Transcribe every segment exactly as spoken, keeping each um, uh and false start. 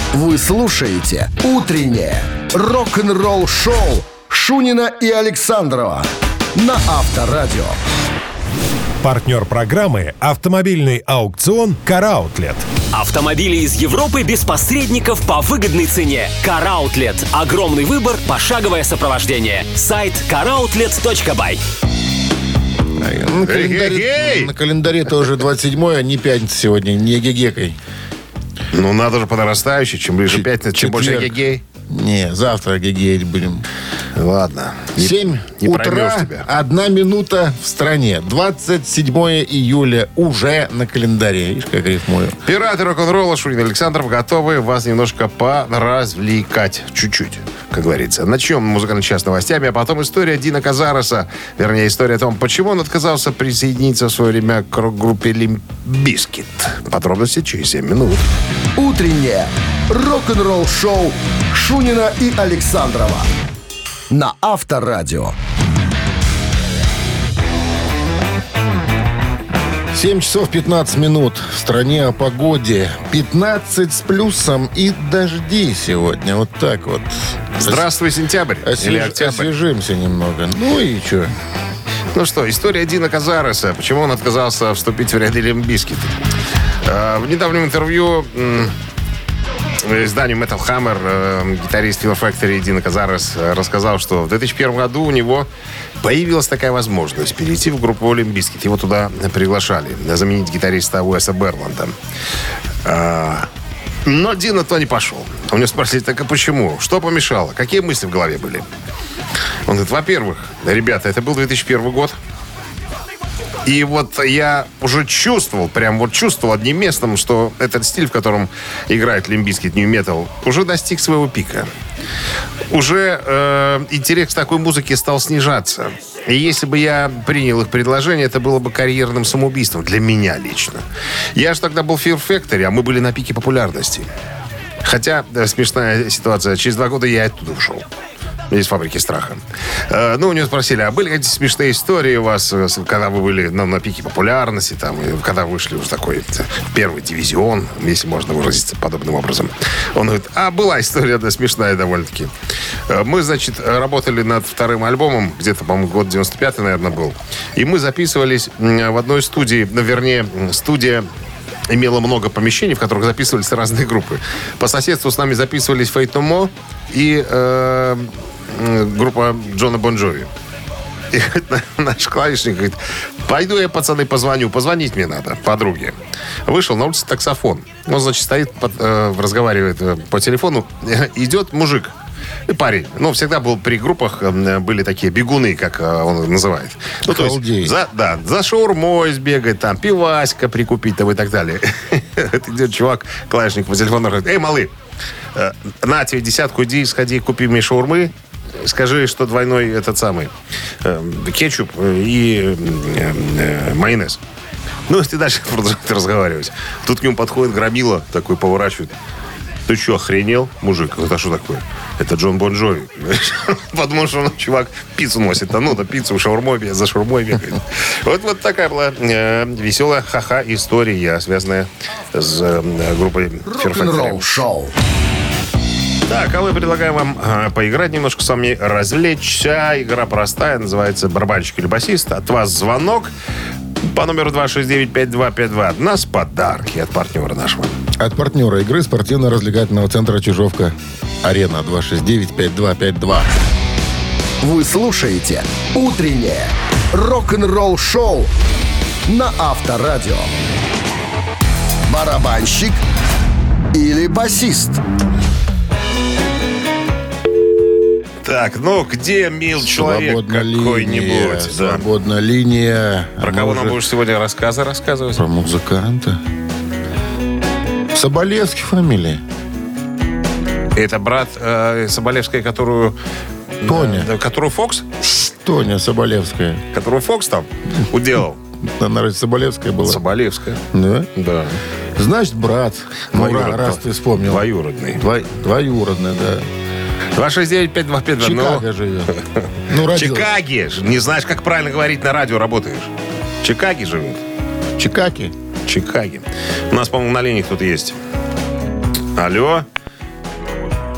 Вы слушаете «Утреннее рок-н-ролл-шоу» Шунина и Александрова на Авторадио. Партнер программы — автомобильный аукцион «Караутлет». Автомобили из Европы без посредников по выгодной цене. «Караутлет». Огромный выбор, пошаговое сопровождение. Сайт караутлет точка бай. На календаре, на календаре тоже двадцать седьмое, а не пятница сегодня, не гегекой. Ну, надо же по нарастающей. Чем ближе пятница, чем больше гегей. Не, завтра гегеять будем. Ладно. семь утра, одна минута в стране. двадцать седьмое июля уже на календаре. Видишь, как рифмую. Пираты рок-н-ролла Шунин Александров готовы вас немножко поразвлекать. Чуть-чуть, как говорится. Начнем музыкальный час новостями, а потом история Дина Казароса. Вернее, история о том, почему он отказался присоединиться в свое время к рок-группе Limp Bizkit. Подробности через семь минут. Утреннее рок-н-ролл-шоу Шунина и Александрова на Авторадио. семь часов пятнадцать минут. В стране о погоде. пятнадцать с плюсом и дожди сегодня. Вот так вот. Здравствуй, сентябрь. Освеж... Или октябрь. Освежимся немного. Ну и что? Ну что, история Дина Казароса. Почему он отказался вступить в ряды Limp Bizkit? В недавнем интервью изданию Metal Hammer гитарист Fear Factory Дина Казарос рассказал, что в две тысячи первом году у него появилась такая возможность перейти в группу Limp Bizkit. Его туда приглашали заменить гитариста Уэса Берланда. Но Дин на то не пошел. У него спросили, так а почему? Что помешало? Какие мысли в голове были? Он говорит, во-первых, ребята, это был две тысячи первый год. И вот я уже чувствовал, прям вот чувствовал одним местом, что этот стиль, в котором играет Limp Bizkit New Metal, уже достиг своего пика. Уже э, интерес к такой музыке стал снижаться. И если бы я принял их предложение, это было бы карьерным самоубийством для меня лично. Я же тогда был в Fear Factory, а мы были на пике популярности. Хотя, да, смешная ситуация, через два года я оттуда ушел. Из «Фабрики страха». Э, ну, у него спросили, а были какие-то смешные истории у вас, когда вы были ну, на пике популярности, там, когда вышли уже такой первый дивизион, если можно выразиться подобным образом. Он говорит, а была история, да, смешная довольно-таки. Э, мы, значит, работали над вторым альбомом, где-то, по-моему, год девяносто пятый, наверное, был. И мы записывались в одной студии, ну, вернее, студия имела много помещений, в которых записывались разные группы. По соседству с нами записывались Faith No More и э, группа Джона Бон Джови. И наш клавишник говорит, пойду я, пацаны, позвоню. Позвонить мне надо, подруге. Вышел на улице таксофон. Он, значит, стоит, под, э, разговаривает э, по телефону. Идет мужик. И парень. Ну, всегда был при группах, э, были такие бегуны, как э, он называет. Ну, то есть, за, да, за шаурмой сбегать, там, пиваська прикупить там, и так далее. Идет чувак, клавишник по телефону, говорит, эй, малый, э, на тебе десятку, иди, сходи, купи мне шаурмы. Скажи, что двойной этот самый э, кетчуп и э, э, майонез. Ну, и дальше продолжает разговаривать. Тут к нему подходит громила, такой поворачивает. Ты что, охренел, мужик? Это что такое? Это Джон Бон Джови. Потому что он, чувак, пиццу носит. А ну, да пиццу, шаурмой, за шаурмой бегает. Вот, вот такая была э, веселая ха-ха история, связанная с э, группой Fear Factory. Так, а мы предлагаем вам э, поиграть немножко с вами, развлечься. Игра простая, называется «Барабанщик или басист». От вас звонок по номеру два шесть девять пять два пять два. От нас подарки от партнера нашего. От партнера игры спортивно-развлекательного центра «Чижовка». Арена два шесть девять пять два пять два. Вы слушаете «Утреннее рок-н-ролл-шоу» на Авторадио. Барабанщик или басист? Так, ну где, мил человек какой-нибудь? Да. Свободная линия. Про а кого может... нам будешь сегодня рассказы рассказывать? Про музыканта. Соболевский фамилия. Это брат э, Соболевской, которую... Тоня. Э, которую Фокс? Тоня Соболевская. Которую Фокс там уделал. Она разве Соболевская была? Соболевская. Да? Да. Значит, брат. Ну, раз ты вспомнил. Двоюродный. Двой... Двоюродный, да. два шесть девять пять два пять два. Чикаго ну... живет. Ну, Чикаги. Не знаешь, как правильно говорить, на радио работаешь. Чикаги живет. Чикаги. Чикаги. У нас, по-моему, на линии кто-то есть. Алло.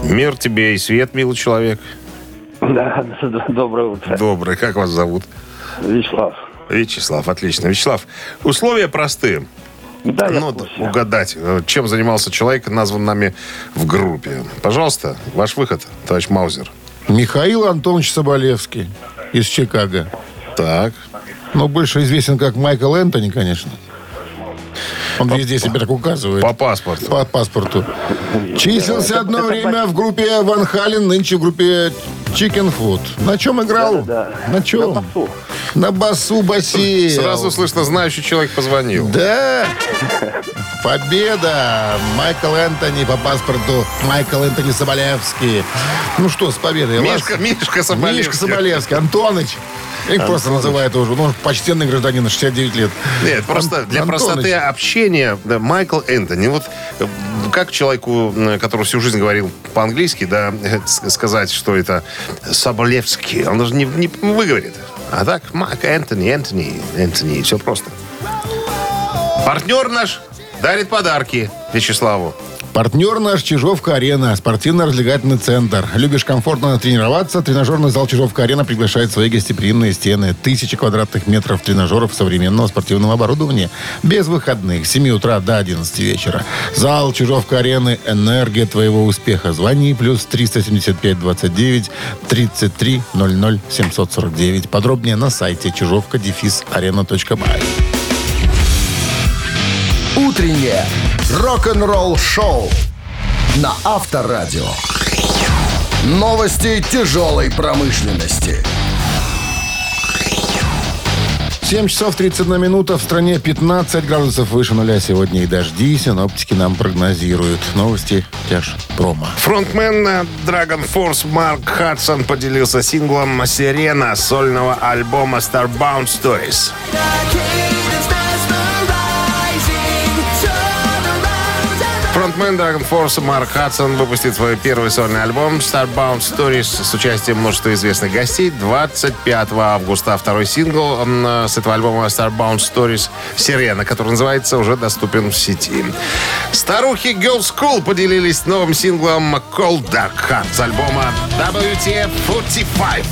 Мир тебе и свет, милый человек. Да, доброе утро. Доброе. Как вас зовут? Вячеслав. Вячеслав, отлично. Вячеслав, условия простые. Да, я Ну, в курсе. угадать, чем занимался человек, назван нами в группе. Пожалуйста, ваш выход, товарищ Маузер. Михаил Антонович Соболевский из Чикаго. Так. Но больше известен как Майкл Энтони, конечно. Он везде себя так указывает. По паспорту. По паспорту. Числился одно это время в группе Ван Хален, нынче в группе Chicken Food. На чем играл? Да-да-да. На чем? На басу. На басу бассеял. Сразу слышно, знающий человек позвонил. Да. Победа. Майкл Энтони по паспорту. Майкл Энтони Соболевский. Ну что, с победой. Мишка, Вас- Мишка Соболевский. Мишка Соболевский. Антоныч. Их просто называют уже. Ну, почтенный гражданин, шестьдесят девять лет. Нет, просто Ан- для Антоныч. простоты общения, да, Майкл Энтони. Вот э, как человеку, э, который всю жизнь говорил по-английски, да, э, с- сказать, что это Соболевский, он даже не, не выговорит. А так, Майк Энтони, Энтони, Энтони, все просто. Партнер наш дарит подарки Вячеславу. Партнер наш Чижовка-Арена, спортивно-развлекательный центр. Любишь комфортно тренироваться? Тренажерный зал Чижовка-Арена приглашает в свои гостеприимные стены. Тысячи квадратных метров тренажеров современного спортивного оборудования. Без выходных. С семи утра до одиннадцати вечера. Зал Чижовка-Арены. Энергия твоего успеха. Звони плюс триста семьдесят пять двадцать девять тридцать три ноль ноль семьсот сорок девять. Подробнее на сайте чижовка дефис арена точка бай. Утреннее рок-н-ролл-шоу на Авторадио. Новости тяжелой промышленности. семь часов тридцать одна минута. В стране пятнадцать градусов выше нуля сегодня и дожди. Синоптики нам прогнозируют. Новости тяжпрома. Фронтмен э, Dragon Force Марк Хадсон поделился синглом «Сирена» сольного альбома Starbound Stories. Фронтмен Dragon Force Марк Хадсон выпустит свой первый сольный альбом Starbound Stories с участием множества известных гостей двадцать пятого августа. Второй сингл м, с этого альбома Starbound Stories «Сирена», который называется, уже доступен в сети. Старухи Girls School поделились новым синглом Cold Dark Heart с альбома дабл ю ти эф сорок пять.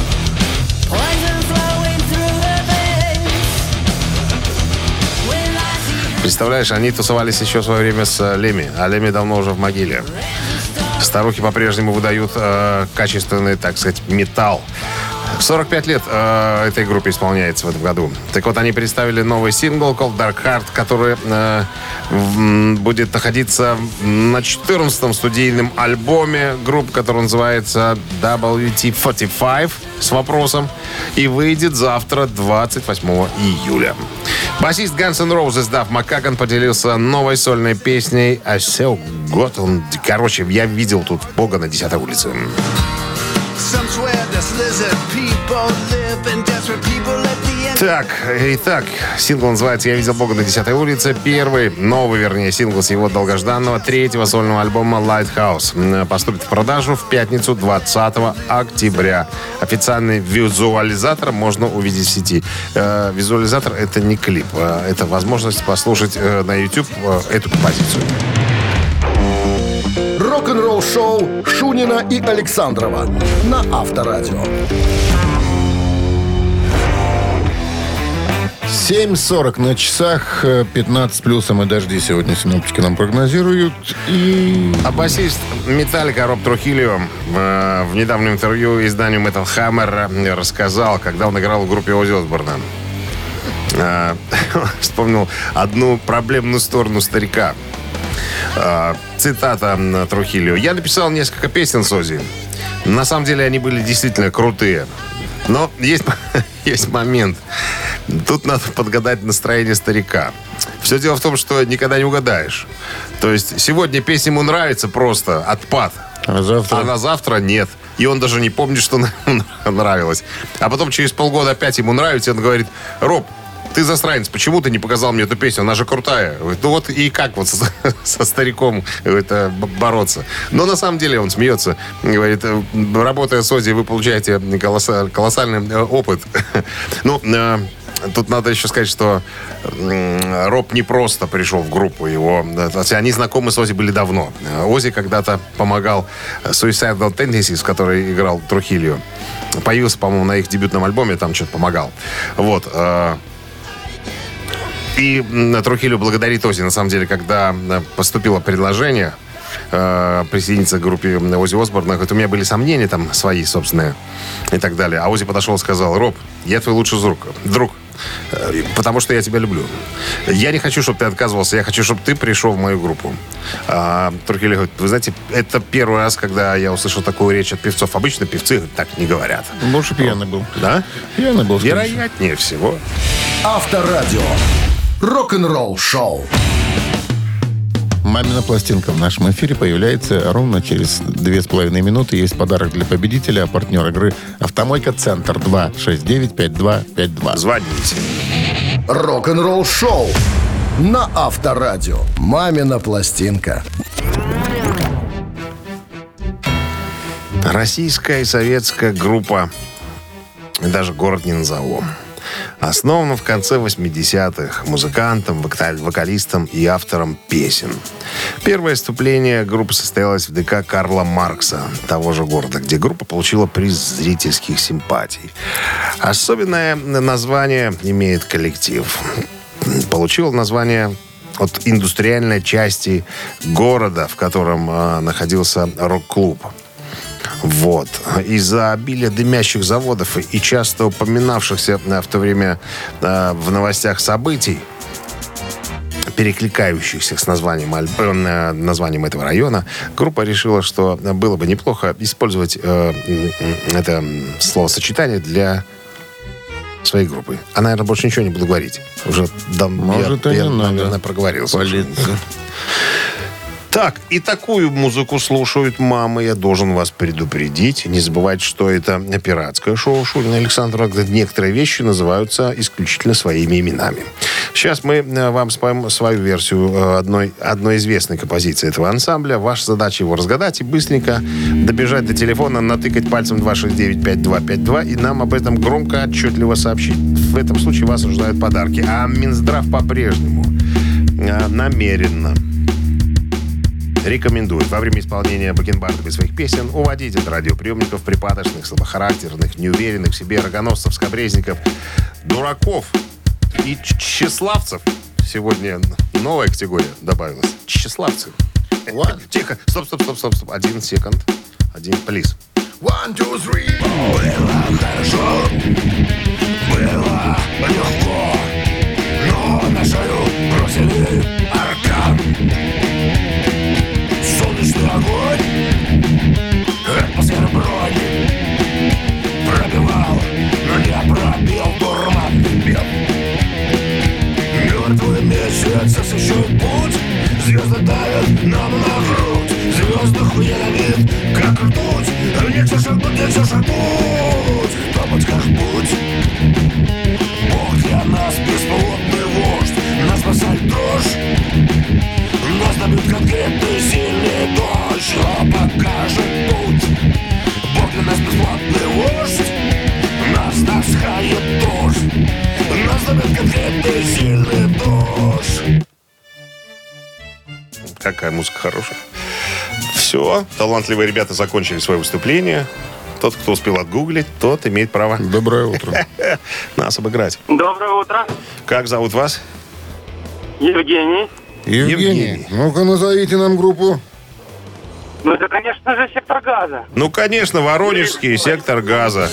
Представляешь, они тусовались еще в свое время с Леми, а Леми давно уже в могиле. Старухи по-прежнему выдают э, качественный, так сказать, металл. сорок пять лет э, этой группе исполняется в этом году. Так вот, они представили новый сингл Cold Dark Heart, который э, в, будет находиться на четырнадцатом студийном альбоме группы, который называется дабл ю ти сорок пять с вопросом, и выйдет завтра, двадцать восьмого июля. Басист Guns N' Roses Дав Маккаган поделился новой сольной песней «I So Got On». Короче, я видел тут Бога на десятой улице. Так, итак, сингл называется «Я видел Бога на десятой улице». Первый, новый, вернее, сингл с его долгожданного третьего сольного альбома «Lighthouse» поступит в продажу в пятницу, двадцатого октября. Официальный визуализатор можно увидеть в сети. Э, визуализатор — это не клип, э, это возможность послушать э, на YouTube э, эту композицию. Рок-н-ролл-шоу Шунина и Александрова на Авторадио. семь сорок на часах, пятнадцать плюсом и дожди сегодня синоптики нам прогнозируют. И... А басист Металлика Роб Трухильо э, в недавнем интервью изданию Metal Hammer рассказал, когда он играл в группе Оззи Осборна. Э, вспомнил одну проблемную сторону старика. Э, цитата Трухильо. «Я написал несколько песен с Оззи. На самом деле они были действительно крутые. Но есть, есть момент. Тут надо подгадать настроение старика. Все дело в том, что никогда не угадаешь. То есть сегодня песня ему нравится просто, отпад. А завтра? А на завтра нет. И он даже не помнит, что нравилось. А потом через полгода опять ему нравится, и он говорит: Роб, ты засранец, почему ты не показал мне эту песню? Она же крутая. Ну вот и как вот со, со стариком это бороться? Но на самом деле он смеется. Говорит, работая с Оззи, вы получаете колоссальный опыт. Ну, тут надо еще сказать, что м, Роб не просто пришел в группу. Его, они знакомы с Оззи были давно. Оззи когда-то помогал Suicidal Tendencies, в которой играл Трухильо. Появился, по-моему, на их дебютном альбоме, там что-то помогал. Вот. И Трухильо благодарит Оззи, на самом деле, когда поступило предложение присоединиться к группе Оззи Осборна. Говорит, у меня были сомнения там свои собственные и так далее. А Оззи подошел и сказал: Роб, я твой лучший друг, друг, потому что я тебя люблю. Я не хочу, чтобы ты отказывался, я хочу, чтобы ты пришел в мою группу. А Трухильо говорит, вы знаете, это первый раз, когда я услышал такую речь от певцов. Обычно певцы так не говорят. Больше пьяный был. Да? Пьяный был. Вероятнее всего. Авторадио. Рок-н-ролл шоу. «Мамина пластинка» в нашем эфире появляется ровно через две с половиной минуты. Есть подарок для победителя, партнер игры «Автомойка Центр» два шесть девять пять два пять два. Звоните. Рок-н-ролл шоу на Авторадио. «Мамина пластинка». Российская и советская группа, даже город не назову, основана в конце восьмидесятых музыкантом, вокалистом и автором песен. Первое вступление группы состоялось в ДК Карла Маркса, того же города, где группа получила приз зрительских симпатий. Особенное название имеет коллектив. Получил название от индустриальной части города, в котором э, находился рок-клуб. Вот. Из-за обилия дымящих заводов и часто упоминавшихся в то время э, в новостях событий, перекликающихся с названием, э, названием этого района, группа решила, что было бы неплохо использовать э, это словосочетание для своей группы. А, наверное, больше ничего не буду говорить. Уже дам, Может, я, и я не наверное, надо. проговорился. Полиция. Так, и такую музыку слушают мамы. Я должен вас предупредить. Не забывайте, что это пиратское шоу Шунина и Александрова, где некоторые вещи называются исключительно своими именами. Сейчас мы вам споем свою версию одной, одной известной композиции этого ансамбля. Ваша задача его разгадать и быстренько добежать до телефона, натыкать пальцем два шесть девять пять два пять два и нам об этом громко, отчетливо сообщить. В этом случае вас ожидают подарки. А Минздрав по-прежнему намеренно рекомендует во время исполнения бакенбардами своих песен уводить от радиоприемников припадочных, слабохарактерных, неуверенных в себе рогоносцев, скабрезников, дураков и тщеславцев. Сегодня новая категория добавилась. Тщеславцы. Тихо. Стоп, стоп, стоп, стоп, стоп. Один секунд. Один, плиз. One, two, three. Было хорошо, было легко, но на шею бросили аркан. Солнечный огонь, атмосфера брони пробивал, но не пробил дурман бел. Мертвый месяц освещает путь, звезды давят нам на грудь, звезды хуяновит, как ртуть. Нельзя шагнуть, нельзя шагнуть, кто подскажет путь. Бог для нас бесплотный вождь, нас спасает дрожь, нас добьет конкретный сильный дождь, кто покажет путь. Бог для нас бесплотный вождь, нас таскает дождь, нас добьет конкретный сильный дождь. Какая музыка хорошая. Все, талантливые ребята закончили свое выступление. Тот, кто успел отгуглить, тот имеет право Доброе утро. нас обыграть. Доброе утро. Как зовут вас? Евгений. Евгений, Евгений. ну-ка назовите нам группу. Ну, это, конечно же, сектор газа. Ну, конечно, Воронежский сектор газа.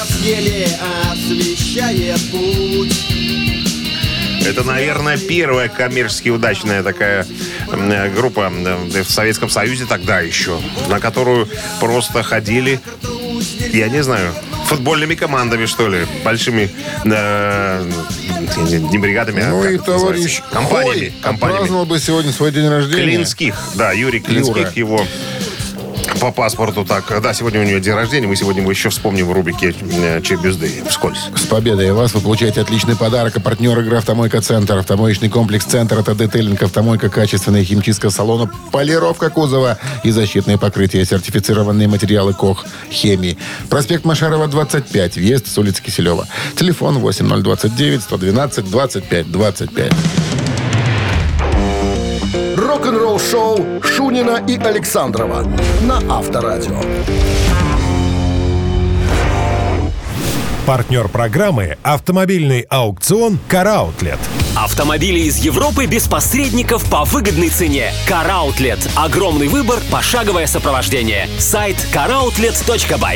Это, наверное, первая коммерчески удачная такая э, группа э, в Советском Союзе тогда еще, на которую просто ходили, я не знаю, футбольными командами, что ли, большими э, не бригадами, а Ну как и это товарищ называется? компаниями. Хой компаниями. отпраздновал бы сегодня свой день рождения. Клинских, да, Юрий Клинских Юра. его по паспорту так. Да, сегодня у нее день рождения. Мы сегодня еще вспомним в рубрике «Чебюзды» вскользь. С победой вас! Вы получаете отличный подарок. А партнер игры «Автомойка Центр». Автомоечный комплекс «Центр» — это детейлинг, автомойка, качественная химчистка салона, полировка кузова и защитные покрытия. Сертифицированные материалы КОХ «Хемии». Проспект Машарова, двадцать пять. Въезд с улицы Киселева. Телефон восемь ноль двадцать девять сто двенадцать двадцать пять двадцать пять. Рок-н-ролл-шоу Шунина и Александрова на Авторадио. Партнер программы «Автомобильный аукцион «Караутлет». Автомобили из Европы без посредников по выгодной цене. Караутлет. Огромный выбор, пошаговое сопровождение. Сайт караутлет точка бай.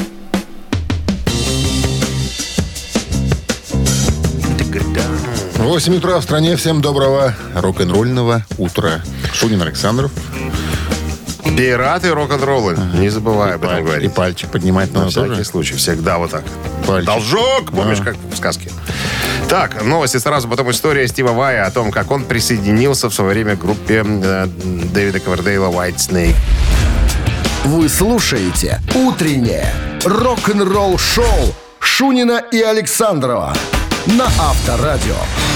восемь утра в стране. Всем доброго рок-н-ролльного утра. Шунин, Александров. Пираты рок-н-роллы. Ага. Не забывай об этом говорить. И пальчик поднимать на надо всякий тоже? случай. Всегда вот так. Пальчик. Должок! Помнишь, а. как в сказке? Так, новости сразу, потом история Стива Вая о том, как он присоединился в свое время к группе э, Дэвида Ковердейла White Snake. Вы слушаете «Утреннее рок-н-ролл-шоу» Шунина и Александрова на Авторадио.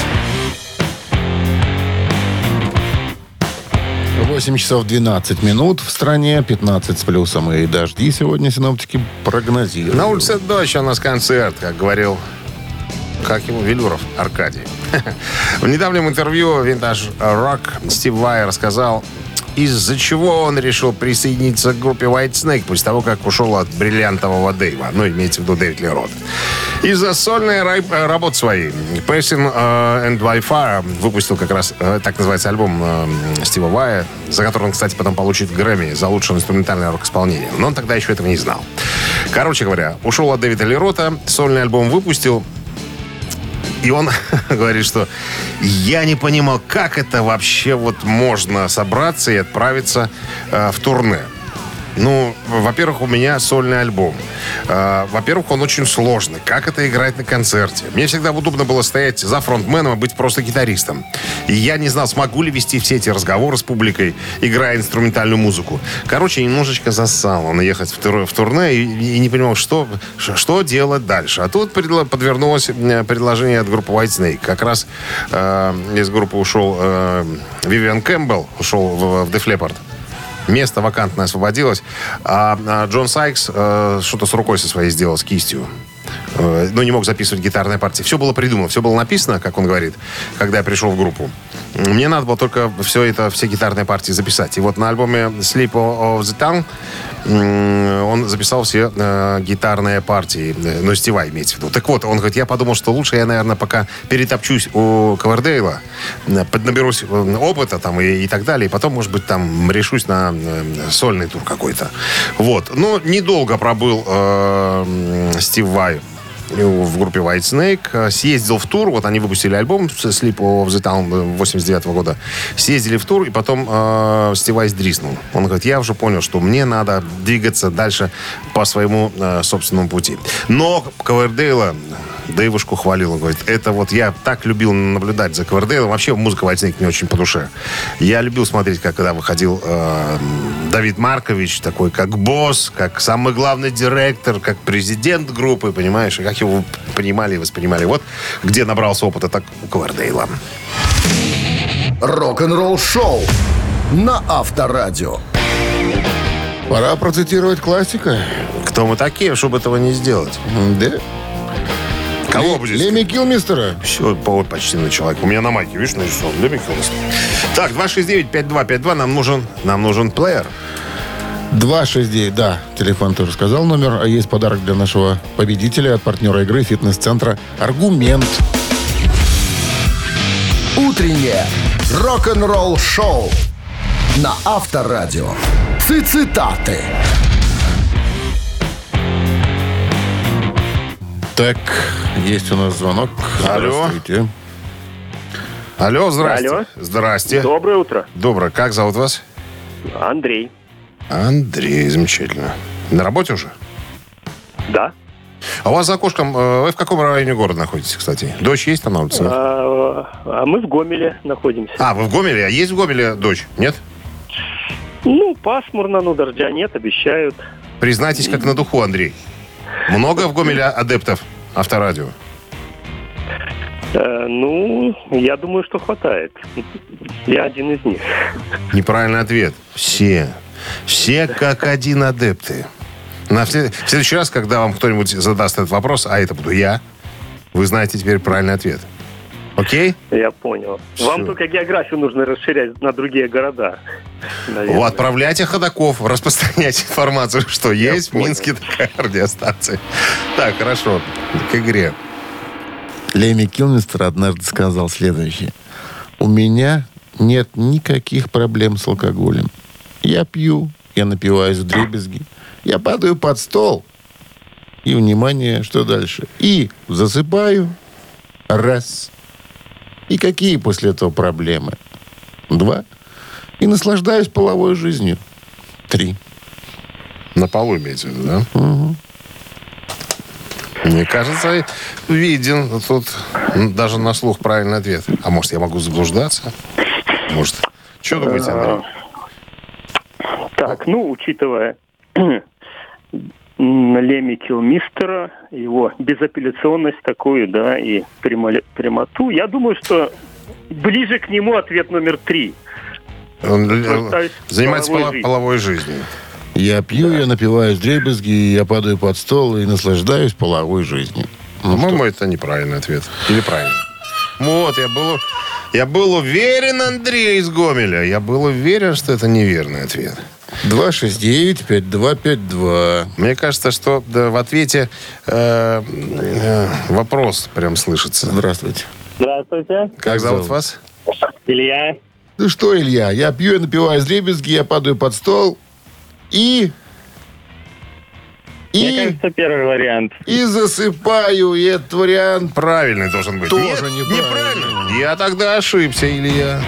восемь часов двенадцать минут в стране, пятнадцать с плюсом и дожди сегодня синоптики прогнозируют. На улице дождь, у нас концерт, как говорил, как его, Велюров Аркадий. В недавнем интервью Vintage Rock Стив Vai рассказал, из-за чего он решил присоединиться к группе White Snake после того, как ушел от бриллиантового Дэйва. Ну, имеется в виду Дэвид Ли Рот. Из-за сольной работы своей. Passing uh, and by Fire выпустил как раз, uh, так называется, альбом uh, Стива Вая, за который он, кстати, потом получит Грэмми за лучшее инструментальное рок-исполнение. Но он тогда еще этого не знал. Короче говоря, ушел от Дэвида Ли Рота, сольный альбом выпустил. И он говорит, что я не понимал, как это вообще вот можно собраться и отправиться э, в турне. Ну, во-первых, у меня сольный альбом. Э, во-первых, он очень сложный. Как это играть на концерте? Мне всегда удобно было стоять за фронтменом и быть просто гитаристом. И я не знал, смогу ли вести все эти разговоры с публикой, играя инструментальную музыку. Короче, немножечко зассал он ехать в, тур, в турне и, и не понимал, что, что делать дальше. А тут предло, подвернулось предложение от группы White Snake. Как раз э, из группы ушел э, Вивиан Кэмпбелл, ушел в, в Def Leppard. Место вакантное освободилось. А, а Джон Сайкс э, что-то с рукой со своей сделал, с кистью. Э, но не мог записывать гитарные партии. Все было придумано, все было написано, как он говорит, когда я пришел в группу. Мне надо было только все это, все гитарные партии записать. И вот на альбоме Sleep of the Tongue он записал все э, гитарные партии. Ну, Стива имеется в виду. Так вот, он говорит, я подумал, что лучше я, наверное, пока перетопчусь у Ковердейла, поднаберусь опыта там и, и так далее. И потом, может быть, там решусь на э, сольный тур какой-то. Вот. Но недолго пробыл э, Стив Vai в группе White Snake, съездил в тур, вот они выпустили альбом Sleep of the Town восемьдесят девятого года, съездили в тур, и потом э, Стив Vai сдриснул. Он говорит, я уже понял, что мне надо двигаться дальше по своему э, собственному пути. Но Ковердейла Дэйвушку хвалил, он говорит, это вот я так любил наблюдать за Ковердейлом, вообще музыка White Snake мне очень по душе. Я любил смотреть, как когда выходил э, Давид Маркович, такой как босс, как самый главный директор, как президент группы, понимаешь, и как его понимали и воспринимали. Вот где набрался опыта, так у Ковердейла. Рок-н-ролл-шоу на Авторадио. Пора процитировать классика. Кто мы такие, чтобы этого не сделать? Да. Кого будет? Лемми Килмистера. Все, почти на человека. У меня на майке, видишь, нарисован. Лемми Килмистер. Так, два шесть девять пять два пять два. Нам нужен, нам нужен плеер. два шесть девять, да, телефон тоже сказал номер. А есть подарок для нашего победителя от партнера игры фитнес-центра «Аргумент». Утреннее рок-н-ролл-шоу на Авторадио. Цитаты. Так, есть у нас звонок. Алло. Здравствуйте. Алло, здрасте. Алло. Здрасте. Доброе утро. Доброе. Как зовут вас? Андрей. Андрей, замечательно. На работе уже? Да. А у вас за окошком, э, вы в каком районе города находитесь, кстати? Дождь есть там на улице? А, а мы в Гомеле находимся. А, вы в Гомеле? А есть в Гомеле дождь? Нет? Ну, пасмурно, но дождя нет, обещают. Признайтесь, как на духу, Андрей. Много в Гомеле адептов авторадио? Э, ну, я думаю, что хватает. Я один из них. Неправильный ответ. Все. Все как один адепты. На след... В следующий раз, когда вам кто-нибудь задаст этот вопрос, а это буду я, вы знаете теперь правильный ответ. Окей? Я понял. Всё. Вам только географию нужно расширять на другие города. Наверное. Отправляйте ходоков, распространять информацию, что Я есть понял. в Минске такая радиостанция. Так, хорошо. К игре. Леми Килмистер однажды сказал следующее. У меня нет никаких проблем с алкоголем. Я пью, я напиваюсь вдребезги, я падаю под стол. И, внимание, что дальше? И засыпаю. Раз. И какие после этого проблемы? Два. И наслаждаюсь половой жизнью. Три. На полу имеете в виду, да? Угу. Мне кажется, виден тут даже на слух правильный ответ. А может, я могу заблуждаться? Может. Что думаете, Андрей? Так, ну, учитывая Леми Килмистера, его безапелляционность такую, да, и прямо- прямоту, я думаю, что ближе к нему ответ номер три. Он э, Наслаждаюсь занимается половой поло- жизнью. половой жизнью. Я пью, я напиваюсь вдребезги, я падаю под стол и наслаждаюсь половой жизнью. Ну, По-моему, это неправильный ответ. Или правильный? Вот, я был, я был уверен, Андрей из Гомеля. Я был уверен, что это неверный ответ. два шесть девять пять два пять два. Мне кажется, что да, в ответе э, э, вопрос прям слышится. Здравствуйте. Здравствуйте, Как зовут вас? Илья. Ну что, Илья, я пью, я напиваюсь вдребезги, я падаю под стол и... Мне И, кажется, первый вариант. и засыпаю, и этот вариант... Правильный должен быть. Тоже Нет, неправильно. неправильно. Я тогда ошибся, Илья.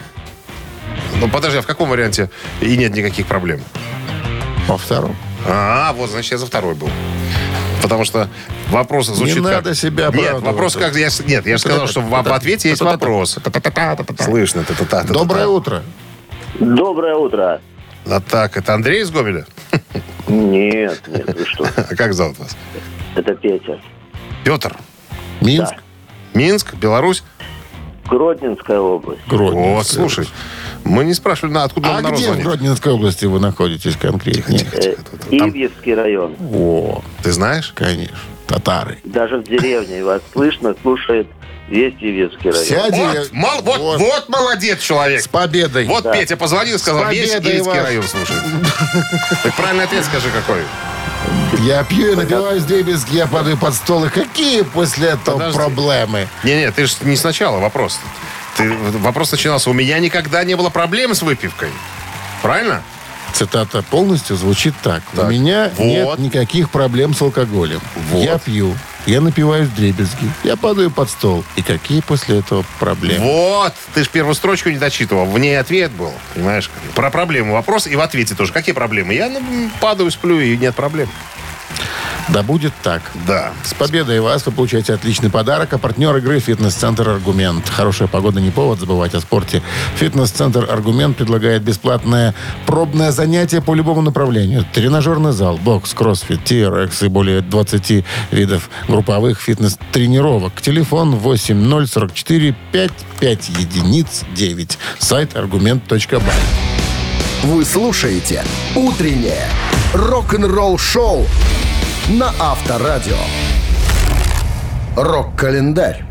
Ну, подожди, а в каком варианте и нет никаких проблем? По второму. А, вот, значит, я за второй был. Потому что вопрос звучит Не как... надо себя Нет, оправдывать. вопрос как... Я, с- нет, я же сказал, что в, в ответе есть вопрос. Слышно. Та-та-та-та-та-та. Доброе утро. Доброе утро. А так, это Андрей из Гомеля? Нет, нет, вы что? А как зовут вас? Это Петя. Петр. Минск. Минск, Беларусь. Гродненская область. Гродненская. Вот, слушай, мы не спрашивали, на, откуда А он народ где в звонит. Гродненской области вы находитесь конкретнее? Э, Там- Ивьевский район. О, Ты знаешь? конечно. Татары. Даже в деревне вас слышно, слушает весь Ивьевский район. Вся Вот, дерев- мол- вот, Вот. вот молодец человек. С победой. Вот Петя позвонил и сказал, С весь победой Ивицкий вас. район слушает. Так правильный ответ скажи какой. Я пью, я напиваюсь вдребезги, я падаю под стол. И какие после этого Подожди. проблемы? Не-не, ты же не сначала вопрос. Ты, вопрос начинался. У меня никогда не было проблем с выпивкой. Правильно? Цитата полностью звучит так. Так. У меня Вот. нет никаких проблем с алкоголем. Вот. Я пью, я напиваюсь вдребезги, я падаю под стол. И какие после этого проблемы? Вот. Ты же первую строчку не дочитывал. В ней ответ был. Понимаешь? Про проблему вопрос и в ответе тоже. Какие проблемы? Я ну, падаю, сплю, и нет проблем. Да будет так. Да. С победой вас вы получаете отличный подарок. А партнер игры «Фитнес-центр Аргумент». Хорошая погода не повод забывать о спорте. «Фитнес-центр Аргумент» предлагает бесплатное пробное занятие по любому направлению. Тренажерный зал, бокс, кроссфит, ти ар экс и более двадцати видов групповых фитнес-тренировок. Телефон восемь ноль сорок четыре пять пять единиц девять. Сайт аргумент точка бай. Вы слушаете «Утреннее рок-н-ролл-шоу» на Авторадио. Рок-календарь.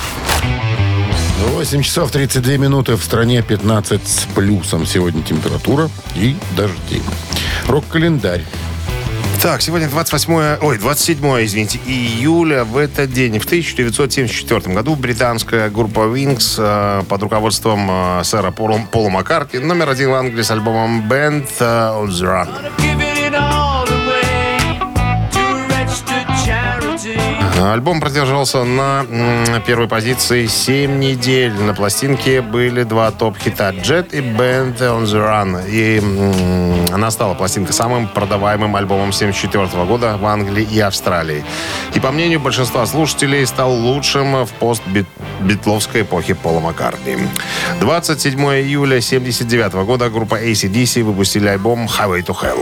восемь часов тридцать две минуты. В стране пятнадцать с плюсом. Сегодня температура и дожди. Рок-календарь. Так, сегодня двадцать восьмое, ой, двадцать седьмое, извините, июля. В этот день, в тысяча девятьсот семьдесят четвёртом году, британская группа Wings э, под руководством э, сэра Пола, Пола Маккартни номер один в Англии с альбомом Band uh, on the Run. Альбом продержался на м, первой позиции семь недель. На пластинке были два топ-хита «Jet» и «Band on the Run». И м, она стала, пластинка, самым продаваемым альбомом семьдесят четвёртого года в Англии и Австралии. И, по мнению большинства слушателей, стал лучшим в пост-битловской эпохе Пола Маккартни. двадцать седьмого июля семьдесят девятого года группа эй си ди си выпустили альбом «Highway to Hell».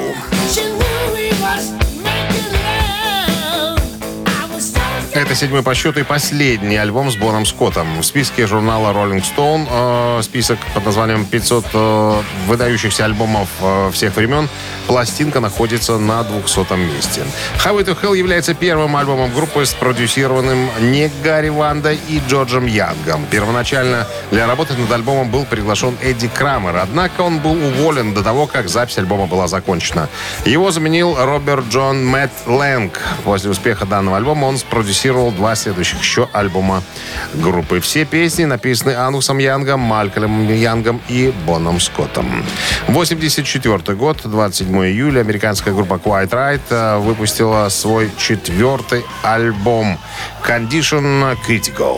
Это седьмой по счету и последний альбом с Боном Скоттом. В списке журнала Rolling Stone, э, список под названием пятьсот э, выдающихся альбомов э, всех времен, пластинка находится на двухсотом месте. Highway to Hell является первым альбомом группы, спродюсированным не Гарри Вандой и Джорджем Янгом. Первоначально для работы над альбомом был приглашен Эдди Крамер, однако он был уволен до того, как запись альбома была закончена. Его заменил Роберт Джон Мэтт Лэнг. После успеха данного альбома он спродюсировал два следующих еще альбома группы. Все песни написаны Ангусом Янгом, Малькольмом Янгом и Боном Скоттом. восемьдесят четвёртый год, двадцать седьмого июля, американская группа Quiet Riot выпустила свой четвертый альбом Condition Critical.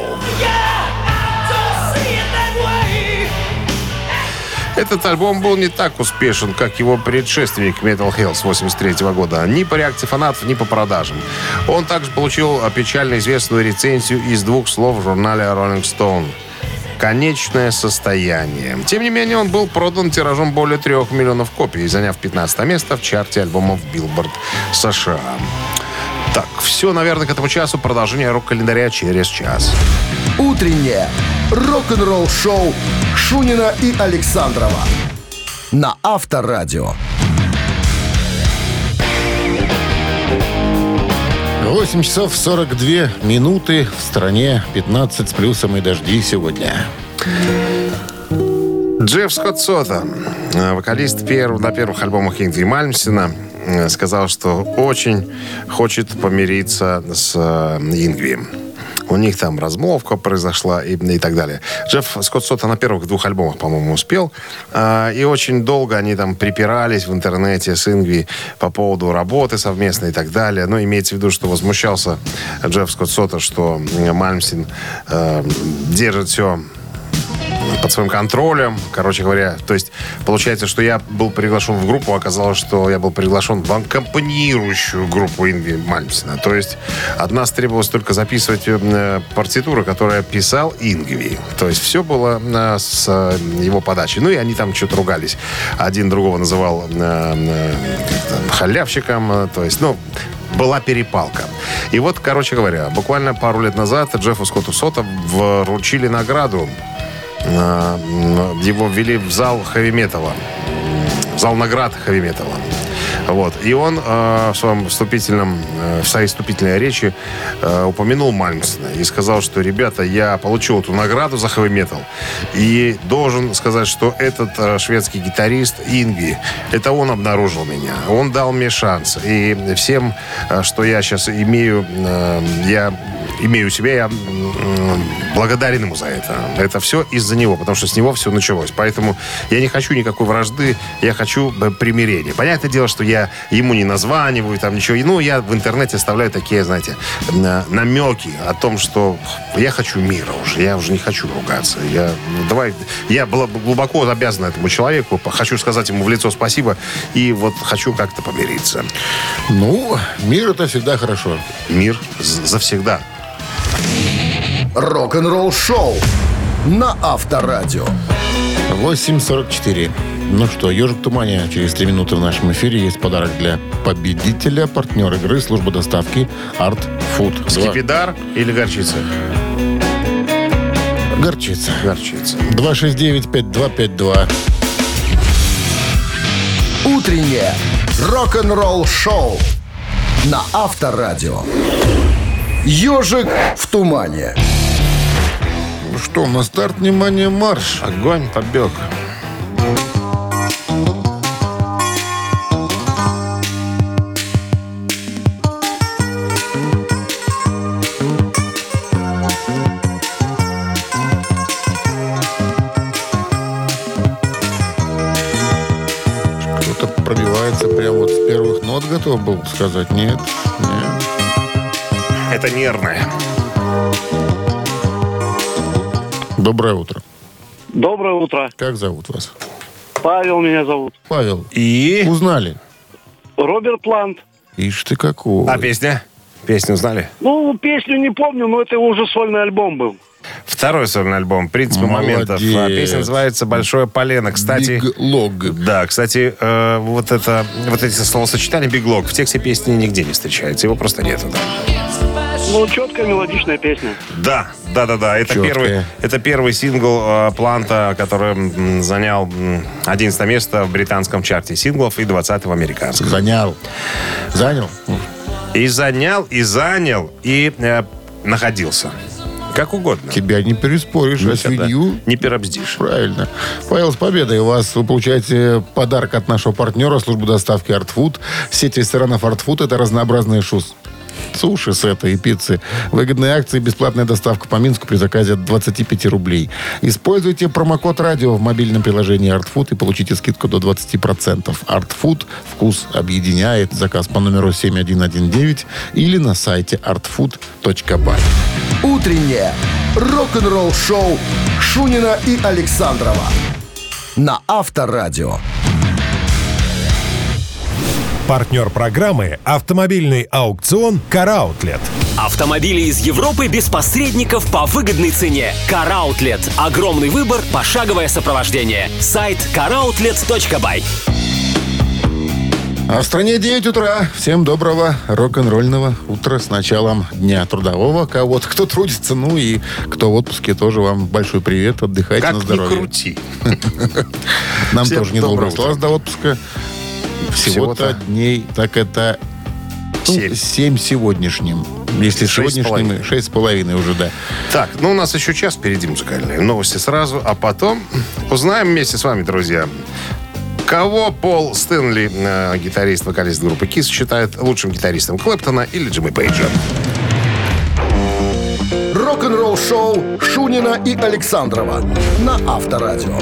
Этот альбом был не так успешен, как его предшественник Metal Health восемьдесят третьего года. Ни по реакции фанатов, ни по продажам. Он также получил печально известную рецензию из двух слов в журнале Rolling Stone. «Конечное состояние». Тем не менее, он был продан тиражом более трех миллионов копий, заняв пятнадцатое место в чарте альбомов Billboard США. Так, все, наверное, к этому часу. Продолжение рок-календаря через час. Утреннее рок-н-ролл-шоу Шунина и Александрова на Авторадио. восемь часов сорок две минуты. В стране пятнадцать с плюсом и дожди сегодня. Джефф Скотт Сота, вокалист перв, на первых альбомах Ингви Мальмстена, сказал, что очень хочет помириться с Ингви. У них там размолвка произошла и, и так далее. Джефф Скотт Сота на первых двух альбомах, по-моему, успел. Э, и очень долго они там припирались в интернете с Ингви по поводу работы совместной и так далее. Но имеется в виду, что возмущался Джефф Скотт Сота, что Мальмстен э, держит все под своим контролем, короче говоря. То есть, получается, что я был приглашен в группу, оказалось, что я был приглашен в аккомпанирующую группу Ингви Мальмстена. То есть, от нас требовалось только записывать э, партитуру, которую писал Ингви. То есть, все было э, с э, его подачи. Ну, и они там что-то ругались. Один другого называл э, э, халявщиком. Э, то есть, ну... была перепалка. И вот, короче говоря, буквально пару лет назад Джеффу Скотту Сота вручили награду. Его ввели в зал хэви-металла. В зал наград хэви-металла. Вот. И он э, в своем вступительном, э, в своей вступительной речи э, упомянул Мальмстена и сказал, что, ребята, я получил эту награду за хэви-метал и должен сказать, что этот э, шведский гитарист Ингви, это он обнаружил меня, он дал мне шанс. И всем, э, что я сейчас имею, э, я имею у себя, я э, благодарен ему за это. Это все из-за него, потому что с него все началось. Поэтому я не хочу никакой вражды, я хочу э, примирения. Понятное дело, что я ему не названиваю, там ничего. Ну, я в интернете оставляю такие, знаете, намеки о том, что я хочу мира уже, я уже не хочу ругаться. Я, давай, я глубоко обязан этому человеку, хочу сказать ему в лицо спасибо и вот хочу как-то помириться. Ну, мир это всегда хорошо. Мир завсегда. Рок-н-ролл-шоу на Авторадио. восемь сорок четыре. Ну что, «Ежик в тумане» через три минуты в нашем эфире. Есть подарок для победителя. Партнер игры, служба доставки Art Food. Скипидар или горчица? Горчица. Горчица. два шесть девять пять два пять два. Утреннее рок-н-ролл-шоу на Авторадио. «Ежик в тумане». Ну что, на старт, внимание, марш. Огонь побег. Пробивается прямо вот с первых нот, готов был сказать. Нет, нет. это нервное. Доброе утро. Доброе утро. Как зовут вас? Павел меня зовут. Павел. И? Узнали? Роберт Плант. Ишь ты какого. А песня? Песню узнали? Ну, песню не помню, но это уже сольный альбом был. Второй сольный альбом «Принципы Молодец. моментов». А песня называется «Большое полено». Кстати, Big Log. да, кстати, э, вот, это, вот эти словосочетания «Big Log» в тексте песни нигде не встречается. Его просто нету. Ну, четкая мелодичная песня. Да, да, да, да. Это Чёткая. первый, это первый сингл э, Планта, который м, занял м, одиннадцатое место в британском чарте синглов и двадцатое в американском. Занял. Занял? И занял, и занял, и э, находился. Как угодно. Тебя не переспоришь, а Никогда свинью... не переобздишь. Правильно. Павел, с победой вас. Вы получаете подарок от нашего партнера, службы доставки Art Food. Сеть ресторанов Art Food – это разнообразные шус. Суши, сеты и пиццы. Выгодные акции, бесплатная доставка по Минску при заказе от двадцати пяти рублей. Используйте промокод «Радио» в мобильном приложении Art Food и получите скидку до двадцати процентов. Art Food. Вкус объединяет. Заказ по номеру семь один один девять или на сайте артфуд точка бай. Утреннее рок-н-ролл-шоу Шунина и Александрова на Авторадио. Партнер программы «Автомобильный аукцион «Караутлет». Автомобили из Европы без посредников по выгодной цене. Караутлет. Огромный выбор, пошаговое сопровождение. Сайт караутлет точка бай. А в стране девять утра. Всем доброго рок-н-ролльного утра с началом дня трудового. Кого-то, кто трудится, ну и кто в отпуске, тоже вам большой привет. Отдыхайте Как на ни здоровье. крути. Нам Всем тоже недолго доброго осталось до отпуска. Всего-то Всего-то дней, так это ну, Семь. семь сегодняшним. Если Шесть с сегодняшним, половиной. шесть с половиной уже, да. Так, ну у нас еще час впереди музыкальные новости сразу, а потом узнаем вместе с вами, друзья, кого Пол Стэнли, э, гитарист, вокалист группы Kiss, считает лучшим гитаристом, Клэптона или Джимми Пейджа. Рок-н-ролл-шоу Шунина и Александрова на Авторадио.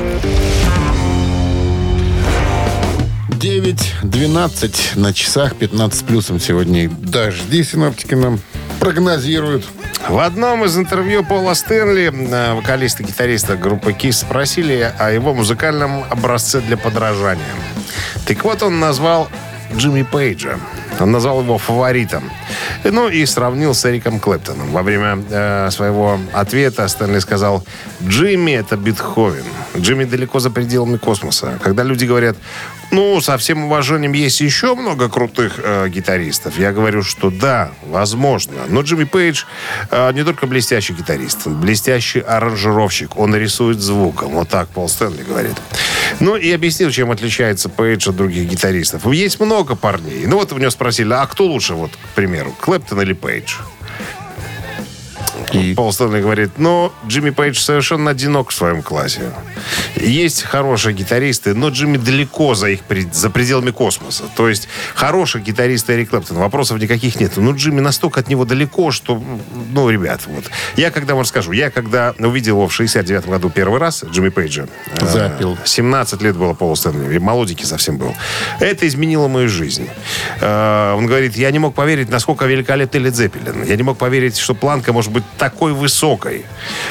девять двенадцать на часах, пятнадцать с плюсом сегодня. Дожди синоптики нам прогнозируют. В одном из интервью Пола Стэнли, э, вокалиста и гитариста группы Kiss, спросили о его музыкальном образце для подражания. Так вот, он назвал Джимми Пейджа. Он назвал его фаворитом. Ну и сравнил с Эриком Клэптоном. Во время э, своего ответа Стэнли сказал: Джимми — это Бетховен. Джимми далеко за пределами космоса. Когда люди говорят: ну, со всем уважением, есть еще много крутых э, гитаристов, я говорю, что да, возможно. Но Джимми Пейдж э, не только блестящий гитарист, блестящий аранжировщик. Он рисует звуком. Вот так Пол Стэнли говорит. Ну и объяснил, чем отличается Пейдж от других гитаристов. Есть много парней. Ну вот у него спросили: а кто лучше, вот, к примеру, Клэптон или Пейдж? И... Пол Стэнли говорит: ну, Джимми Пейдж совершенно одинок в своем классе. Есть хорошие гитаристы, но Джимми далеко за их за пределами космоса. То есть хороший гитарист Эрик Клэптон, вопросов никаких нет. Но Джимми настолько от него далеко, что, ну, ребят, вот. Я когда вам расскажу, я когда увидел его в шестьдесят девятом году первый раз, Джимми Пейджа, Запил. семнадцать лет было Полу Стэнли, и молоденький совсем был. Это изменило мою жизнь. Он говорит: я не мог поверить, насколько великолепный Лед Зеппелин. Я не мог поверить, что планка может быть такой высокой.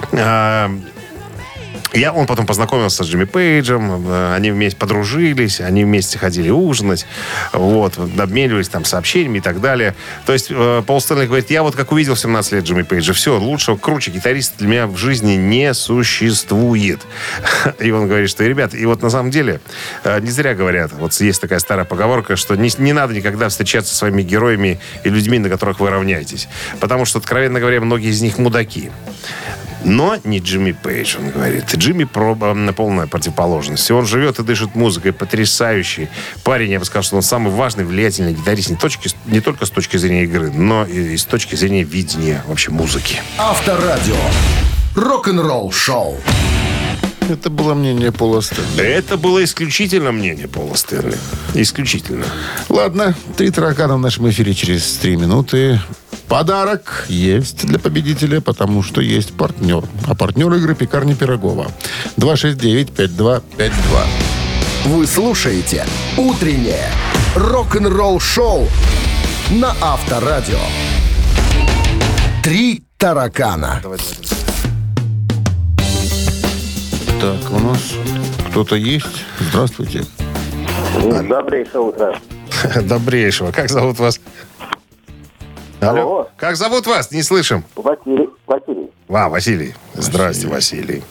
Я, он потом познакомился с Джимми Пейджем, они вместе подружились, они вместе ходили ужинать, вот, обменивались там сообщениями и так далее. То есть Пол Стэнли говорит: я вот как увидел в семнадцать лет Джимми Пейджа, все, лучшего, круче гитариста для меня в жизни не существует. И он говорит, что, ребят, и вот на самом деле не зря говорят, вот есть такая старая поговорка, что не, не надо никогда встречаться со своими героями и людьми, на которых вы равняетесь. Потому что, откровенно говоря, многие из них мудаки. Но не Джимми Пейдж, он говорит. Джимми полная противоположность. Он живет и дышит музыкой, потрясающий парень. Я бы сказал, что он самый важный, влиятельный гитарист не, точки, не только с точки зрения игры, но и с точки зрения видения вообще музыки. Авторадио. Рок-н-ролл-шоу. Это было мнение Пола Стэнли. Это было исключительно мнение Пола Стэнли. Исключительно. Ладно, три таракана в нашем эфире через три минуты. Подарок есть для победителя, потому что есть партнер. А партнер игры «Пекарня Пирогова». два шесть девять пять два пять два. Вы слушаете «Утреннее рок-н-ролл-шоу» на Авторадио. Три таракана. Так, у нас кто-то есть? Здравствуйте. Добрейшее утро. Добрейшего. Как зовут вас? Алло. Алло. Как зовут вас? Не слышим. Василий. Василий. А, Василий. Здрасте, Василий.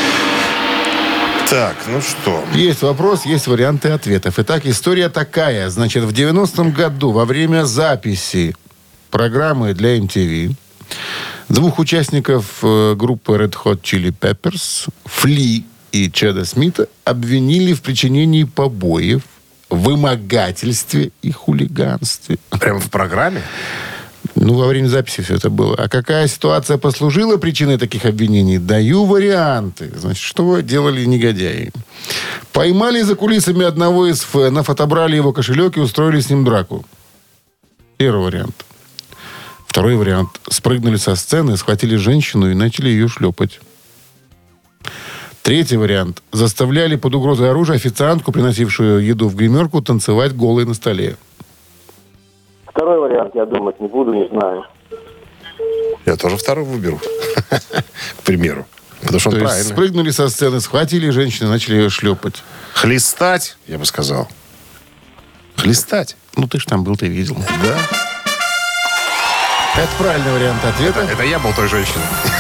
Так, ну что? Есть вопрос, есть варианты ответов. Итак, история такая. Значит, в девяностом году во время записи программы для эм ти ви двух участников э, группы Red Hot Chili Peppers, Фли и Чеда Смита, обвинили в причинении побоев, вымогательстве и хулиганстве. Прямо в программе? Ну, во время записи все это было. А какая ситуация послужила причиной таких обвинений? Даю варианты. Значит, что делали негодяи? Поймали за кулисами одного из фенов, отобрали его кошелек и устроили с ним драку. Первый вариант. Второй вариант. Спрыгнули со сцены, схватили женщину и начали ее шлепать. Третий вариант. Заставляли под угрозой оружия официантку, приносившую еду в гримерку, танцевать голой на столе. Второй вариант, я думать не буду, не знаю. Я тоже второй выберу. К примеру. Потому что он То есть правильный. спрыгнули со сцены, схватили женщину и начали ее шлепать. Хлестать, я бы сказал. Хлестать. Ну, ты ж там был, ты видел. Да. Это правильный вариант ответа. Это я был той женщиной.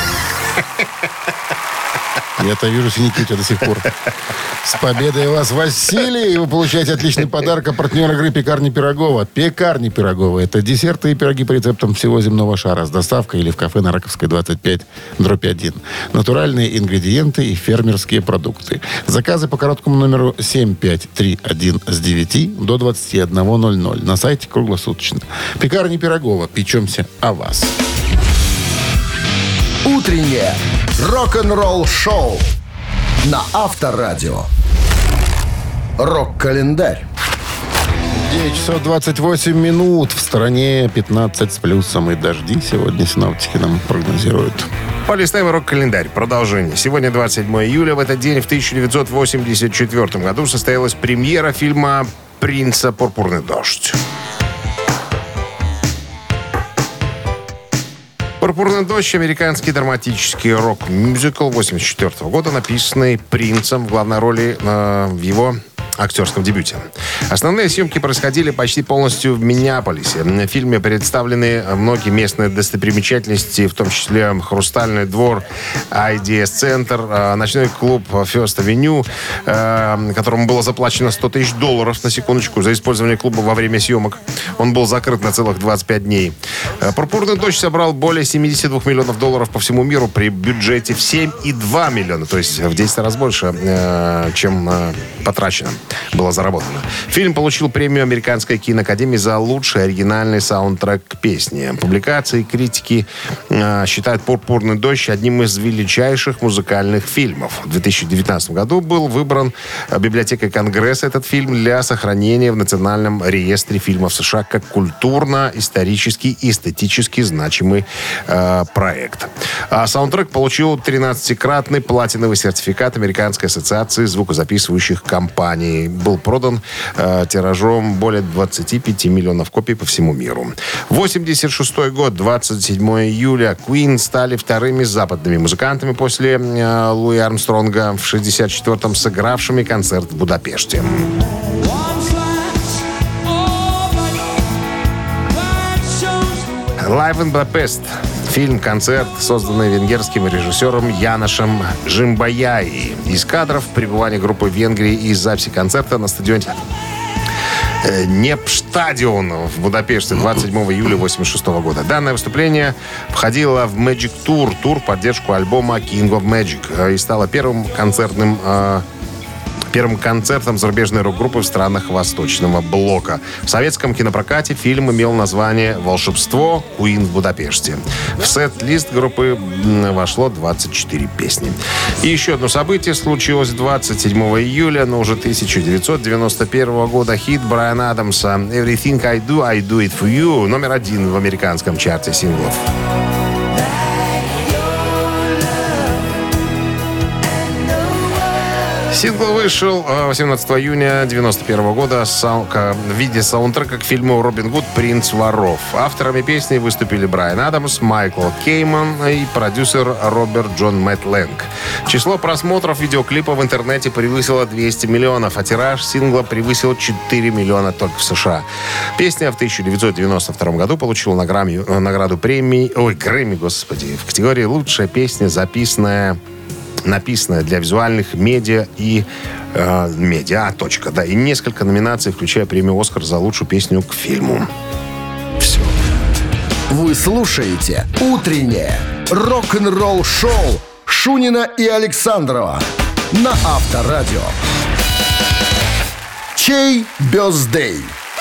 Я-то вижу синяки у тебя до сих пор. С победой вас, Василий! Вы получаете отличный подарок от партнера игры «Пекарни Пирогова». «Пекарни Пирогова» — это десерты и пироги по рецептам всего земного шара с доставкой или в кафе на Раковской, двадцать пять, дробь один. Натуральные ингредиенты и фермерские продукты. Заказы по короткому номеру семь пять три один с девяти до двадцати одного ноль ноль. На сайте круглосуточно. «Пекарни Пирогова». Печемся о вас. Утреннее рок-н-ролл-шоу на Авторадио. Рок-календарь. девять часов двадцать восемь минут. В стороне пятнадцать с плюсом и дожди. Сегодня синоптики нам прогнозируют. Полистаем рок-календарь. Продолжение. Сегодня двадцать седьмого июля. В этот день, в тысяча девятьсот восемьдесят четвёртом году, состоялась премьера фильма «Принца. Пурпурный дождь». «Пурпурный дождь» — американский драматический рок-мюзикл восемьдесят четвёртого года, написанный Принцем в главной роли э, в его актерском дебюте. Основные съемки происходили почти полностью в Миннеаполисе. В фильме представлены многие местные достопримечательности, в том числе Хрустальный двор, ай ди эс-центр, ночной клуб First Avenue, которому было заплачено сто тысяч долларов, на секундочку, за использование клуба во время съемок. Он был закрыт на целых двадцать пять дней. «Пурпурный дождь» собрал более семьдесят два миллионов долларов по всему миру при бюджете в семь и два миллиона, то есть в десять раз больше, чем потрачено было заработано. Фильм получил премию Американской киноакадемии за лучший оригинальный саундтрек к песне. Публикации критики э, считают «Пурпурный дождь» одним из величайших музыкальных фильмов. В две тысячи девятнадцатом году был выбран библиотекой Конгресса этот фильм для сохранения в Национальном реестре фильмов США как культурно-исторически и эстетически значимый э, проект. А саундтрек получил тринадцатикратный платиновый сертификат Американской ассоциации звукозаписывающих компаний. Был продан э, тиражом более двадцати пяти миллионов копий по всему миру. восемьдесят шестой год, двадцать седьмого июля, Queen стали вторыми западными музыкантами после э, Луи Армстронга, в шестьдесят четвёртом сыгравшими концерт в Будапеште. Live in Budapest. Фильм-концерт, созданный венгерским режиссером Яношем Жимбаяи. Из кадров пребывания группы Венгрии и записи концерта на стадионе Непштадион в Будапеште двадцать седьмого июля восемьдесят шестого года. Данное выступление входило в Magic Tour, тур поддержку альбома King of Magic, и стало первым концертным первым концертом зарубежной рок-группы в странах Восточного блока. В советском кинопрокате фильм имел название «Волшебство. Queen в Будапеште». В сет-лист группы вошло двадцать четыре песни. И еще одно событие случилось двадцать седьмого июля, но уже тысяча девятьсот девяносто первого года. Хит Брайана Адамса «Everything I Do, I Do It For You» номер один в американском чарте синглов. Сингл вышел восемнадцатого июня девяносто первого года в виде саундтрека к фильму «Робин Гуд. Принц воров». Авторами песни выступили Брайан Адамс, Майкл Кейман и продюсер Роберт Джон Мэтт Лэнг. Число просмотров видеоклипа в интернете превысило двести миллионов, а тираж сингла превысил четыре миллиона только в США. Песня в тысяча девятьсот девяносто втором году получила награмме, награду премии, ой, Грэмми, господи, в категории «Лучшая песня, записанная написанная для визуальных медиа и э, медиа, точка, да, и несколько номинаций, включая премию «Оскар» за лучшую песню к фильму. Все. Вы слушаете «Утреннее рок-н-ролл-шоу» Шунина и Александрова на Авторадио. Чей бёздей?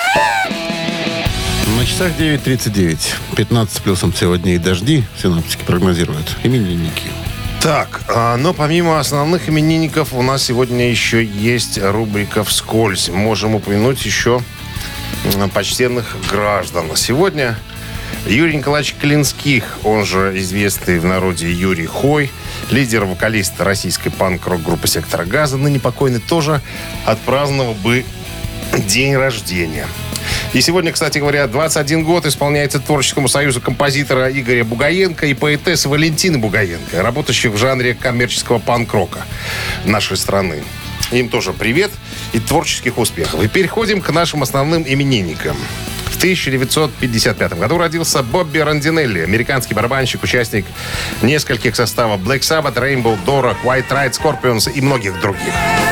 На часах девять тридцать девять. пятнадцать плюсом сегодня и дожди, синоптики прогнозируют. Именинники. Так, но помимо основных именинников у нас сегодня еще есть рубрика «Вскользь». Можем упомянуть еще почтенных граждан. Сегодня Юрий Николаевич Клинских, он же известный в народе Юрий Хой, лидер-вокалист российской панк-рок группы «Сектора газа», ныне покойный, тоже отпраздновал бы день рождения. И сегодня, кстати говоря, двадцать один год исполняется Творческому союзу композитора Игоря Бугаенко и поэтессы Валентины Бугаенко, работающих в жанре коммерческого панк-рока нашей страны. Им тоже привет и творческих успехов. И переходим к нашим основным именинникам. В тысяча девятьсот пятьдесят пятом году родился Бобби Рандинелли, американский барабанщик, участник нескольких составов Black Sabbath, Rainbow, Dora, White Ride, Scorpions и многих других.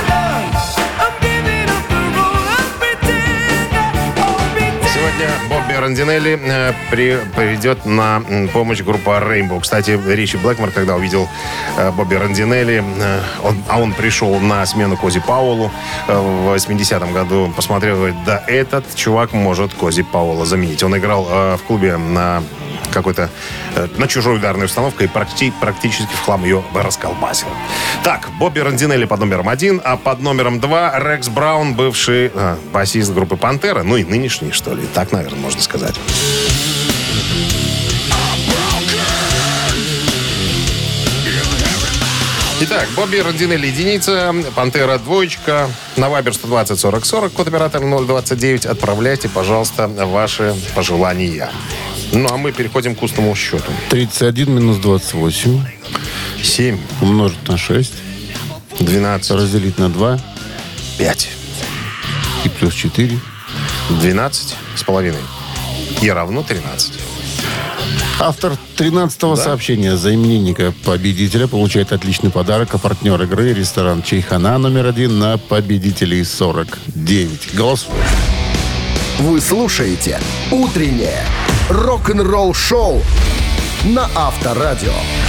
Бобби Рандинелли э, при, придет на помощь группа Rainbow. Кстати, Ричи Блэкмор, когда увидел э, Бобби Рандинелли, э, он, а он пришел на смену Кози Пауэллу э, в восьмидесятом году, посмотрел, говорит, да, этот чувак может Кози Пауэлла заменить. Он играл э, в клубе на какой-то э, на чужой ударной установкой и практи, практически в хлам ее расколбасил. Так, Бобби Рандинелли под номером один, а под номером два Рекс Браун, бывший э, басист группы «Пантера», ну и нынешний, что ли, так, наверное, можно сказать. Итак, Бобби Рандинелли единица, «Пантера» двоечка, на Вайбер сто двадцать сорок сорок, код оператора ноль двадцать девять. Отправляйте, пожалуйста, ваши пожелания. Ну, а мы переходим к устному счету. тридцать один минус двадцать восемь. семь. Умножить на шесть. двенадцать. Разделить на два. пять. И плюс четыре. двенадцать с половиной. И равно тринадцать. Автор тринадцатого да? сообщения за именинника победителя получает отличный подарок. А партнер игры — ресторан «Чайхана» номер один на победителей сорок девять. Голосуй. Вы слушаете «Утреннее рок-н-ролл-шоу» на Авторадио.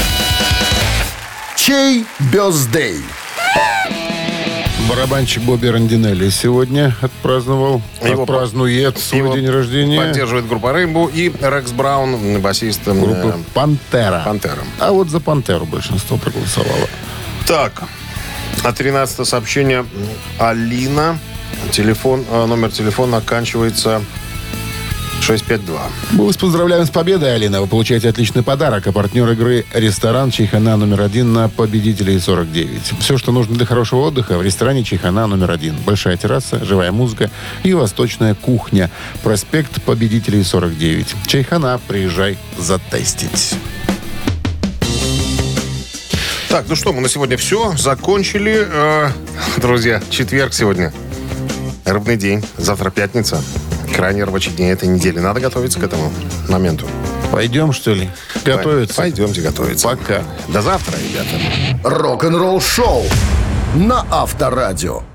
Чей бёздей? Барабанщик Бобби Рандинелли сегодня отпраздновал, его отпразднует свой его день рождения. Поддерживает группа Rainbow и Рекс Браун, басист группы э, «Пантера». «Пантера». А вот за «Пантеру» большинство проголосовало. Так, а тринадцатое сообщение. Алина. Телефон, номер телефона оканчивается шестьсот пятьдесят два. Мы вас поздравляем с победой, Алина. Вы получаете отличный подарок. А партнер игры — ресторан «Чайхана» номер один на победителей сорок девять. Все, что нужно для хорошего отдыха, в ресторане «Чайхана» номер один. Большая терраса, живая музыка и восточная кухня. Проспект Победителей сорок девять. «Чайхана», приезжай затестить. Так, ну что, мы на сегодня все. Закончили. Э, друзья, четверг сегодня. Рыбный день. Завтра пятница. Крайний рабочий день этой недели. Надо готовиться к этому моменту. Пойдем, что ли? Готовиться? Пойдемте готовиться. Пока. До завтра, ребята. Рок-н-ролл шоу на Авторадио.